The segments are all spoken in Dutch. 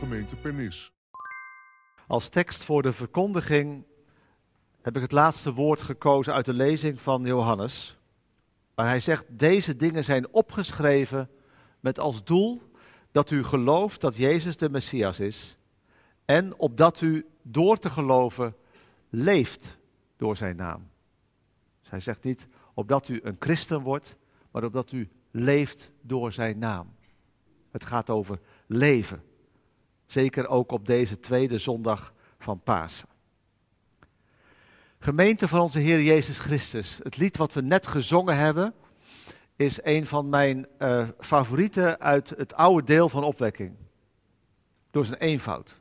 gemeente Pernis. Als tekst voor de verkondiging heb ik het laatste woord gekozen uit de lezing van Johannes. Waar hij zegt, deze dingen zijn opgeschreven met als doel dat u gelooft dat Jezus de Messias is. En opdat u door te geloven leeft door zijn naam. Dus hij zegt niet opdat u een christen wordt, maar opdat u leeft door zijn naam. Het gaat over leven. Zeker ook op deze tweede zondag van Pasen. Gemeente van onze Heer Jezus Christus. Het lied wat we net gezongen hebben is een van mijn favorieten uit het oude deel van Opwekking. Door zijn eenvoud.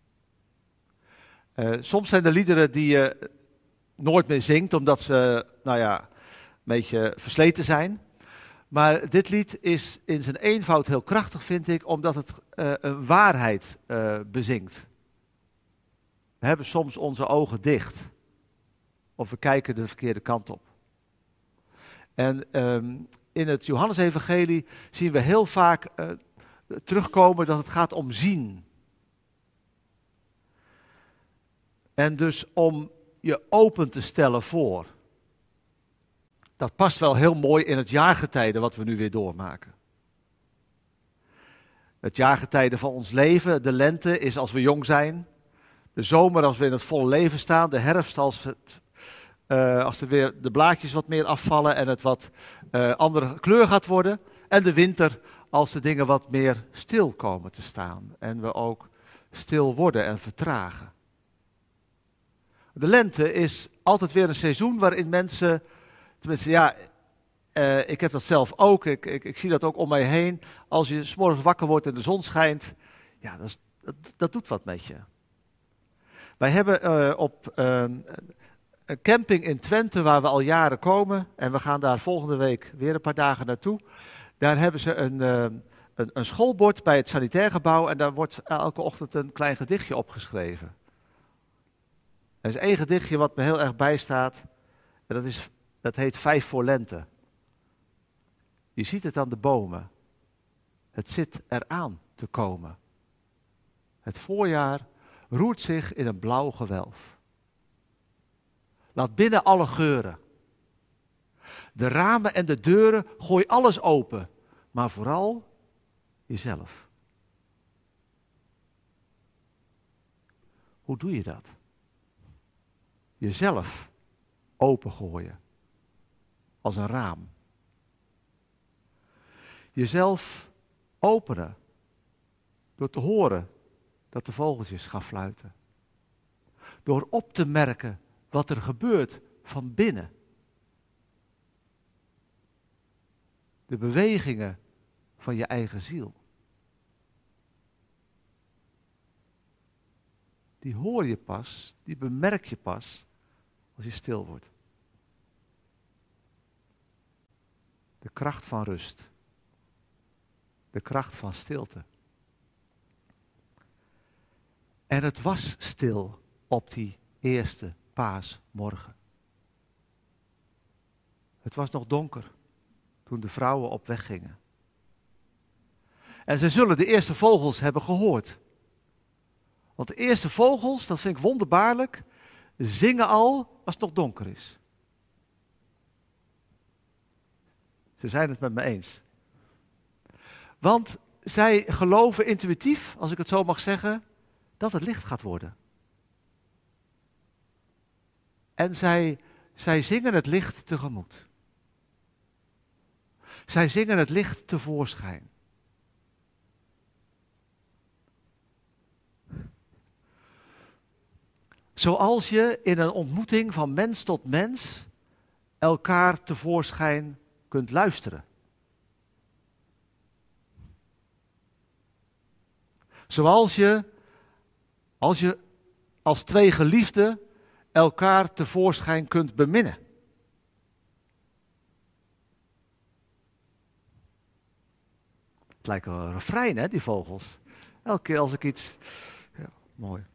Soms zijn er liederen die je nooit meer zingt omdat ze, een beetje versleten zijn. Maar dit lied is in zijn eenvoud heel krachtig, vind ik, omdat het een waarheid bezingt. We hebben soms onze ogen dicht. Of we kijken de verkeerde kant op. En in het Johannesevangelie zien we heel vaak terugkomen dat het gaat om zien. En dus om je open te stellen voor. Dat past wel heel mooi in het jaargetijde wat we nu weer doormaken. Het jaargetijde van ons leven, de lente is als we jong zijn. De zomer als we in het volle leven staan. De herfst als er weer de blaadjes wat meer afvallen en het wat andere kleur gaat worden. En de winter als de dingen wat meer stil komen te staan. En we ook stil worden en vertragen. De lente is altijd weer een seizoen waarin mensen, tenminste ik heb dat zelf ook, ik zie dat ook om mij heen. Als je 's morgens wakker wordt en de zon schijnt, ja, dat doet wat met je. Wij hebben op een camping in Twente waar we al jaren komen en we gaan daar volgende week weer een paar dagen naartoe. Daar hebben ze een schoolbord bij het sanitair gebouw en daar wordt elke ochtend een klein gedichtje opgeschreven. Er is één gedichtje wat me heel erg bijstaat en dat heet 5 voor lente. Je ziet het aan de bomen. Het zit eraan te komen. Het voorjaar roert zich in een blauw gewelf. Laat binnen alle geuren. De ramen en de deuren, gooi alles open, maar vooral jezelf. Hoe doe je dat? Jezelf opengooien. Als een raam. Jezelf openen. Door te horen dat de vogeltjes gaan fluiten. Door op te merken wat er gebeurt van binnen. De bewegingen van je eigen ziel. Die hoor je pas, die bemerk je pas als je stil wordt. De kracht van rust. De kracht van stilte. En het was stil op die eerste paasmorgen. Het was nog donker toen de vrouwen op weg gingen. En ze zullen de eerste vogels hebben gehoord. Want de eerste vogels, dat vind ik wonderbaarlijk, zingen al als het nog donker is. Ze zijn het met me eens. Want zij geloven intuïtief, als ik het zo mag zeggen, dat het licht gaat worden. En zij zingen het licht tegemoet. Zij zingen het licht tevoorschijn. Zoals je in een ontmoeting van mens tot mens elkaar tevoorschijn kunt luisteren. Zoals je als twee geliefden elkaar tevoorschijn kunt beminnen. Het lijkt wel een refrein, hè, die vogels. Elke keer als ik iets... Ja, mooi.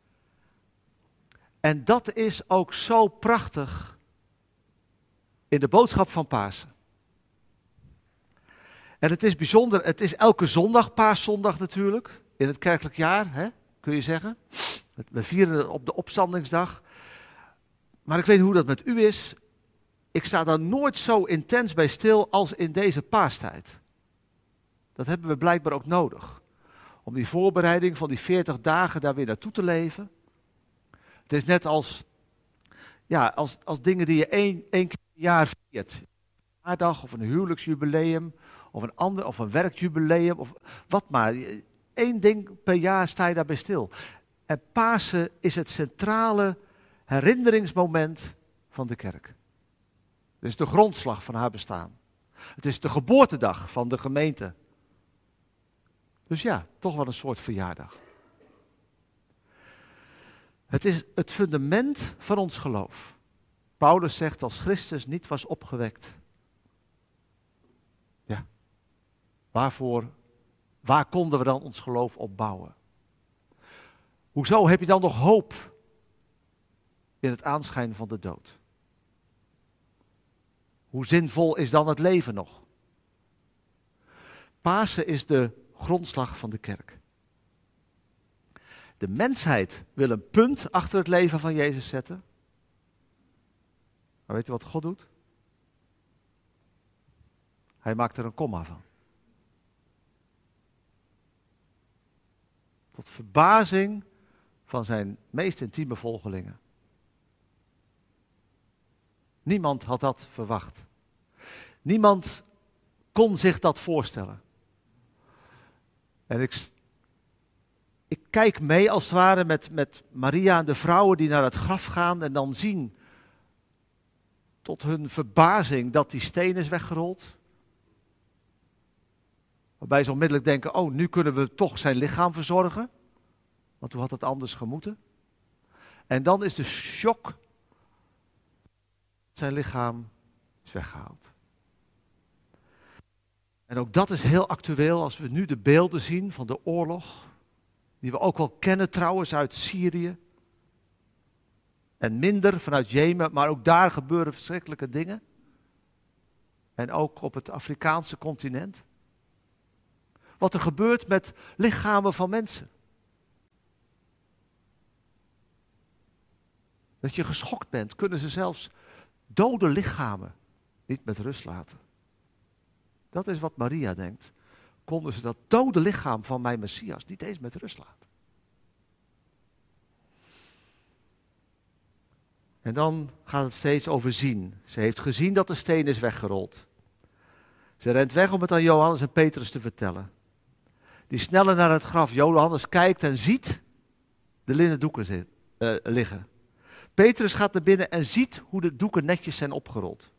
En dat is ook zo prachtig in de boodschap van Pasen. En het is bijzonder, het is elke zondag, Paaszondag natuurlijk. in het kerkelijk jaar, hè, kun je zeggen. We vieren op de opstandingsdag. Maar ik weet niet hoe dat met u is. Ik sta daar nooit zo intens bij stil als in deze paastijd. Dat hebben we blijkbaar ook nodig. Om die voorbereiding van die 40 dagen daar weer naartoe te leven. Het is net als dingen die je één keer per jaar viert. Een verjaardag of een huwelijksjubileum of een werkjubileum of wat maar. 1 ding per jaar sta je daarbij stil. En Pasen is het centrale herinneringsmoment van de kerk. Het is de grondslag van haar bestaan. Het is de geboortedag van de gemeente. Dus ja, toch wel een soort verjaardag. Het is het fundament van ons geloof. Paulus zegt, als Christus niet was opgewekt. Ja, waar konden we dan ons geloof op bouwen? Hoezo heb je dan nog hoop in het aanschijn van de dood? Hoe zinvol is dan het leven nog? Pasen is de grondslag van de kerk. De mensheid wil een punt achter het leven van Jezus zetten. Maar weet u wat God doet? Hij maakt er een komma van. Tot verbazing van zijn meest intieme volgelingen. Niemand had dat verwacht. Niemand kon zich dat voorstellen. En ik kijk mee als het ware met Maria en de vrouwen die naar het graf gaan en dan zien tot hun verbazing dat die steen is weggerold. Waarbij ze onmiddellijk denken, oh, nu kunnen we toch zijn lichaam verzorgen. Want hoe had het anders gemoeten? En dan is de shock, zijn lichaam is weggehaald. En ook dat is heel actueel als we nu de beelden zien van de oorlog. Die we ook wel kennen trouwens uit Syrië. En minder vanuit Jemen, maar ook daar gebeuren verschrikkelijke dingen. En ook op het Afrikaanse continent. Wat er gebeurt met lichamen van mensen. Dat je geschokt bent, kunnen ze zelfs dode lichamen niet met rust laten. Dat is wat Maria denkt. Konden ze dat dode lichaam van mijn Messias niet eens met rust laten. En dan gaat het steeds over zien. Ze heeft gezien dat de steen is weggerold. Ze rent weg om het aan Johannes en Petrus te vertellen. Die snellen naar het graf. Johannes kijkt en ziet de linnen doeken liggen. Petrus gaat naar binnen en ziet hoe de doeken netjes zijn opgerold.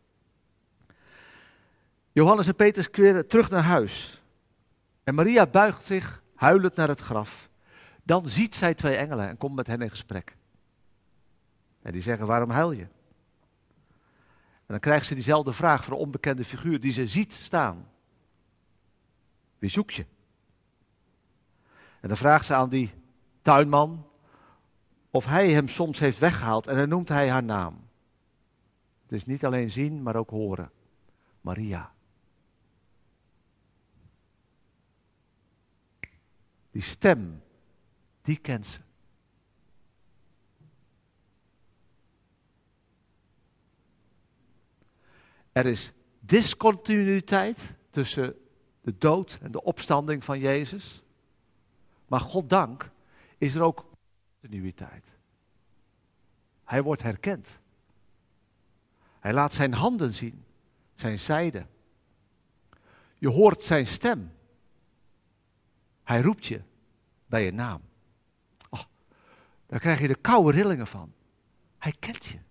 Johannes en Petrus keren terug naar huis. En Maria buigt zich huilend naar het graf. Dan ziet zij 2 engelen en komt met hen in gesprek. En die zeggen, waarom huil je? En dan krijgt ze diezelfde vraag voor een onbekende figuur die ze ziet staan. Wie zoek je? En dan vraagt ze aan die tuinman of hij hem soms heeft weggehaald en dan noemt hij haar naam. Het is niet alleen zien, maar ook horen. Maria. Die stem, die kent ze. Er is discontinuïteit tussen de dood en de opstanding van Jezus. Maar goddank is er ook continuïteit. Hij wordt herkend. Hij laat zijn handen zien, zijn zijde. Je hoort zijn stem. Hij roept je bij je naam. Oh, daar krijg je de koude rillingen van. Hij kent je.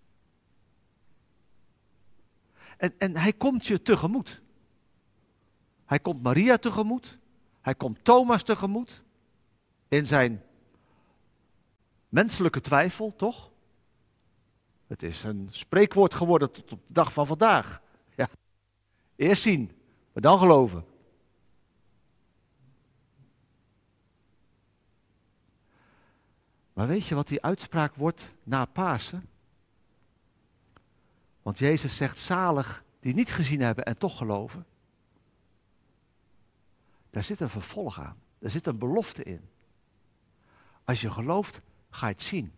En hij komt je tegemoet. Hij komt Maria tegemoet. Hij komt Thomas tegemoet. In zijn menselijke twijfel, toch? Het is een spreekwoord geworden tot op de dag van vandaag. Ja. Eerst zien, maar dan geloven. Maar weet je wat die uitspraak wordt na Pasen? Want Jezus zegt, zalig die niet gezien hebben en toch geloven. Daar zit een vervolg aan. Daar zit een belofte in. Als je gelooft, ga je het zien.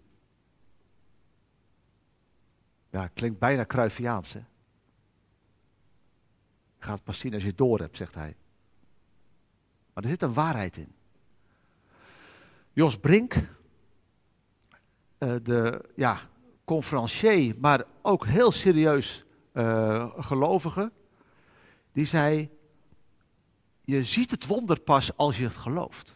Ja, klinkt bijna Cruyffiaans, hè? Je gaat het pas zien als je het door hebt, zegt hij. Maar er zit een waarheid in. Jos Brink, de conferencier, maar ook heel serieus gelovige, die zei, je ziet het wonder pas als je het gelooft.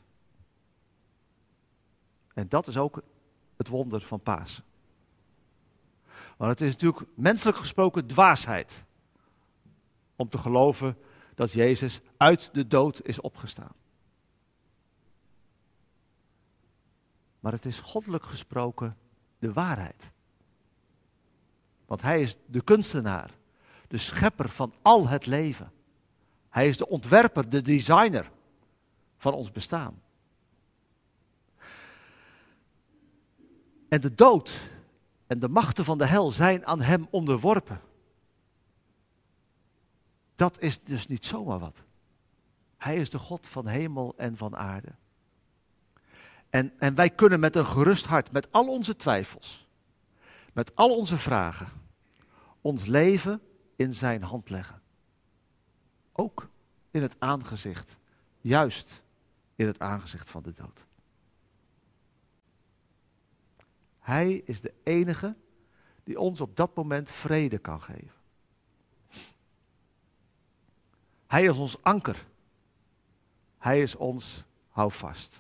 En dat is ook het wonder van Pasen. Want het is natuurlijk menselijk gesproken dwaasheid om te geloven dat Jezus uit de dood is opgestaan. Maar het is goddelijk gesproken de waarheid. Want hij is de kunstenaar, de schepper van al het leven. Hij is de ontwerper, de designer van ons bestaan. En de dood en de machten van de hel zijn aan hem onderworpen. Dat is dus niet zomaar wat. Hij is de God van hemel en van aarde. En wij kunnen met een gerust hart, met al onze twijfels, met al onze vragen, ons leven in zijn hand leggen. Ook in het aangezicht, juist in het aangezicht van de dood. Hij is de enige die ons op dat moment vrede kan geven. Hij is ons anker. Hij is ons houvast.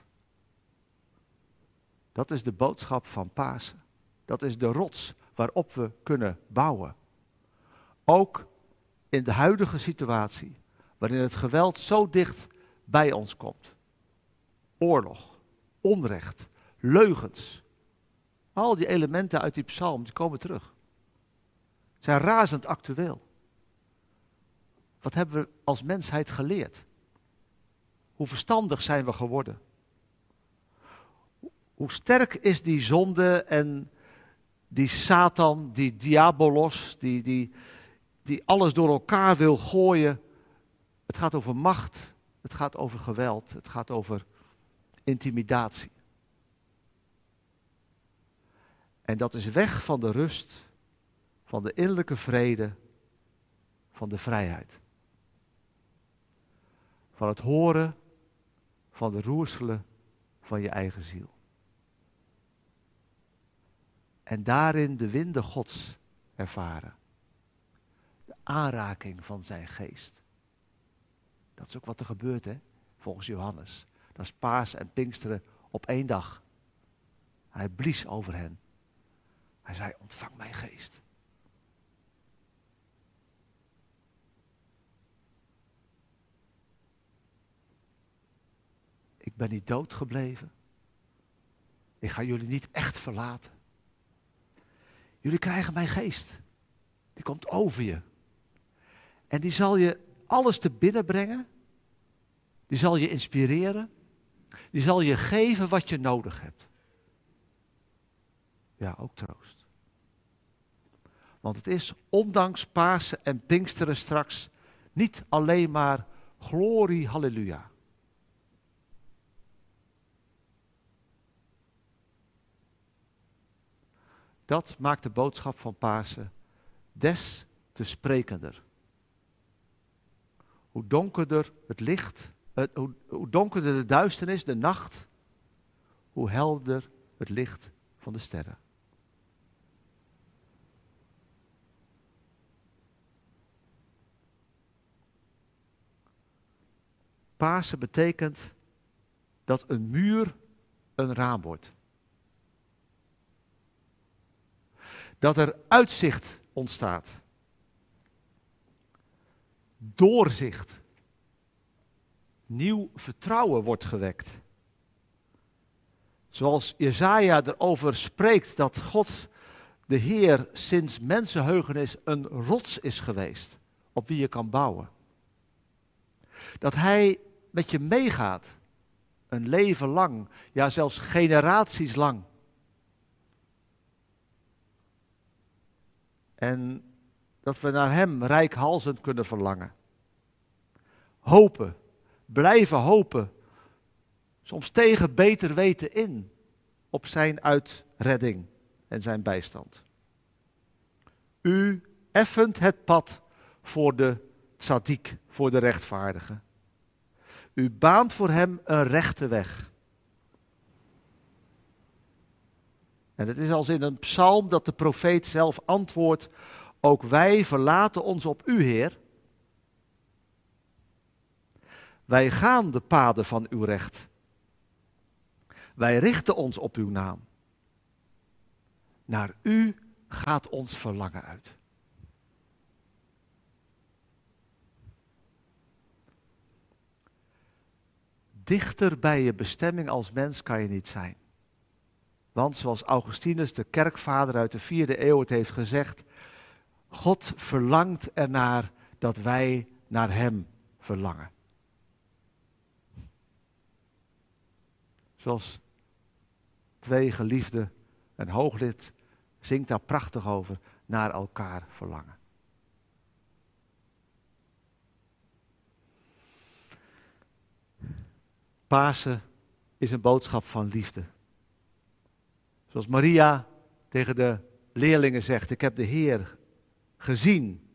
Dat is de boodschap van Pasen. Dat is de rots waarop we kunnen bouwen. Ook in de huidige situatie, waarin het geweld zo dicht bij ons komt. Oorlog, onrecht, leugens. Al die elementen uit die psalm, die komen terug. Zijn razend actueel. Wat hebben we als mensheid geleerd? Hoe verstandig zijn we geworden? Hoe sterk is die zonde en die Satan, die diabolos, die alles door elkaar wil gooien. Het gaat over macht, het gaat over geweld, het gaat over intimidatie. En dat is weg van de rust, van de innerlijke vrede, van de vrijheid. Van het horen van de roerselen van je eigen ziel. En daarin de winden Gods ervaren. De aanraking van zijn geest. Dat is ook wat er gebeurt, hè, volgens Johannes. Dat is Paas en Pinksteren op één dag. Hij blies over hen. Hij zei, ontvang mijn geest. Ik ben niet dood gebleven. Ik ga jullie niet echt verlaten. Jullie krijgen mijn geest. Die komt over je. En die zal je alles te binnen brengen. Die zal je inspireren. Die zal je geven wat je nodig hebt. Ja, ook troost. Want het is, ondanks Pasen en Pinksteren straks, niet alleen maar glorie, halleluja. Dat maakt de boodschap van Pasen des te sprekender. Hoe donkerder het licht, hoe donkerder de duisternis, de nacht, hoe helder het licht van de sterren. Pasen betekent dat een muur een raam wordt. Dat er uitzicht ontstaat. Doorzicht. Nieuw vertrouwen wordt gewekt. Zoals Jesaja erover spreekt dat God, de Heer, sinds mensenheugenis een rots is geweest op wie je kan bouwen. Dat Hij met je meegaat, een leven lang, ja zelfs generaties lang. En dat we naar Hem reikhalzend kunnen verlangen. Hopen, blijven hopen, soms tegen beter weten in. op zijn uitredding en zijn bijstand. U effent het pad voor de tzaddik, voor de rechtvaardige. U baant voor hem een rechte weg. En het is als in een psalm dat de profeet zelf antwoordt: ook wij verlaten ons op u, Heer. Wij gaan de paden van uw recht. Wij richten ons op uw naam. Naar u gaat ons verlangen uit. Dichter bij je bestemming als mens kan je niet zijn. Want zoals Augustinus, de kerkvader uit de 4e eeuw, het heeft gezegd: God verlangt ernaar dat wij naar hem verlangen. Zoals twee geliefden, een hooglid zingt daar prachtig over, naar elkaar verlangen. Pasen is een boodschap van liefde. Zoals Maria tegen de leerlingen zegt: ik heb de Heer gezien.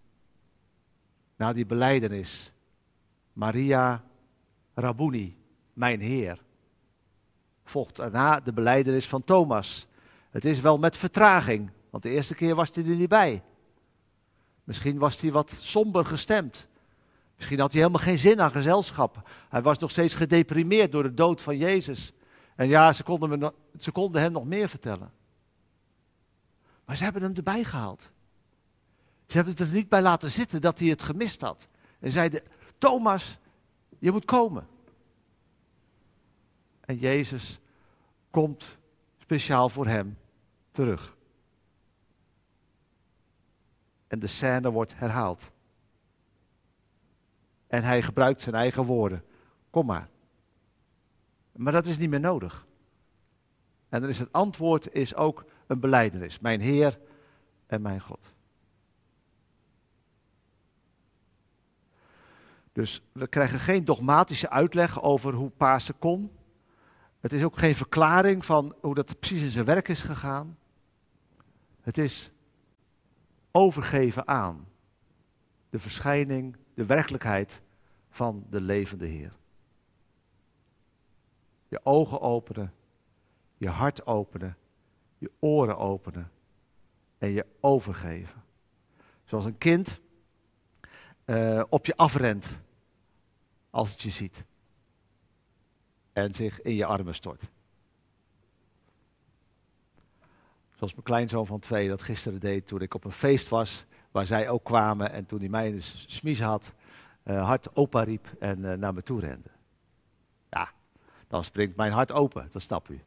Na die belijdenis: Maria Rabboni, mijn Heer. Volgt daarna de belijdenis van Thomas. Het is wel met vertraging, want de eerste keer was hij er niet bij. Misschien was hij wat somber gestemd. Misschien had hij helemaal geen zin aan gezelschap. Hij was nog steeds gedeprimeerd door de dood van Jezus. En ja, ze konden hem nog meer vertellen. Maar ze hebben hem erbij gehaald. Ze hebben het er niet bij laten zitten dat hij het gemist had. En zeiden: Thomas, je moet komen. En Jezus komt speciaal voor hem terug. En de scène wordt herhaald. En hij gebruikt zijn eigen woorden. Kom maar. Maar dat is niet meer nodig. En dan is het antwoord is ook een belijdenis. Mijn Heer en mijn God. Dus we krijgen geen dogmatische uitleg over hoe Pasen kon. Het is ook geen verklaring van hoe dat precies in zijn werk is gegaan. Het is overgeven aan de verschijning, de werkelijkheid van de levende Heer. Je ogen openen, je hart openen, je oren openen en je overgeven. Zoals een kind op je afrent als het je ziet. En zich in je armen stort. Zoals mijn kleinzoon van 2 dat gisteren deed toen ik op een feest was, waar zij ook kwamen en toen hij mij in de smies had, hard opa riep en naar me toe rende. Ja, dan springt mijn hart open, dat snap u.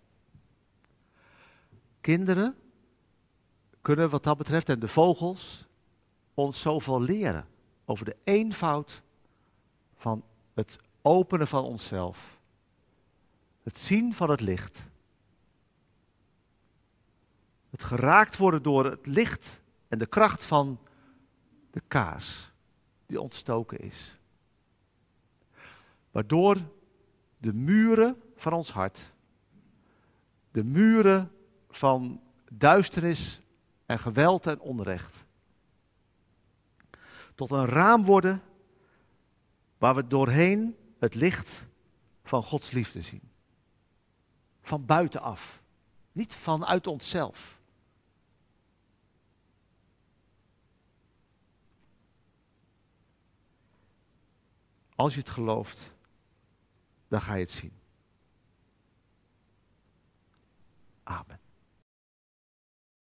Kinderen kunnen wat dat betreft, en de vogels, ons zoveel leren over de eenvoud van het openen van onszelf. Het zien van het licht. Het geraakt worden door het licht en de kracht van de kaars die ontstoken is. Waardoor de muren van ons hart, de muren van duisternis en geweld en onrecht, tot een raam worden waar we doorheen het licht van Gods liefde zien. Van buitenaf, niet vanuit onszelf. Als je het gelooft, dan ga je het zien. Amen.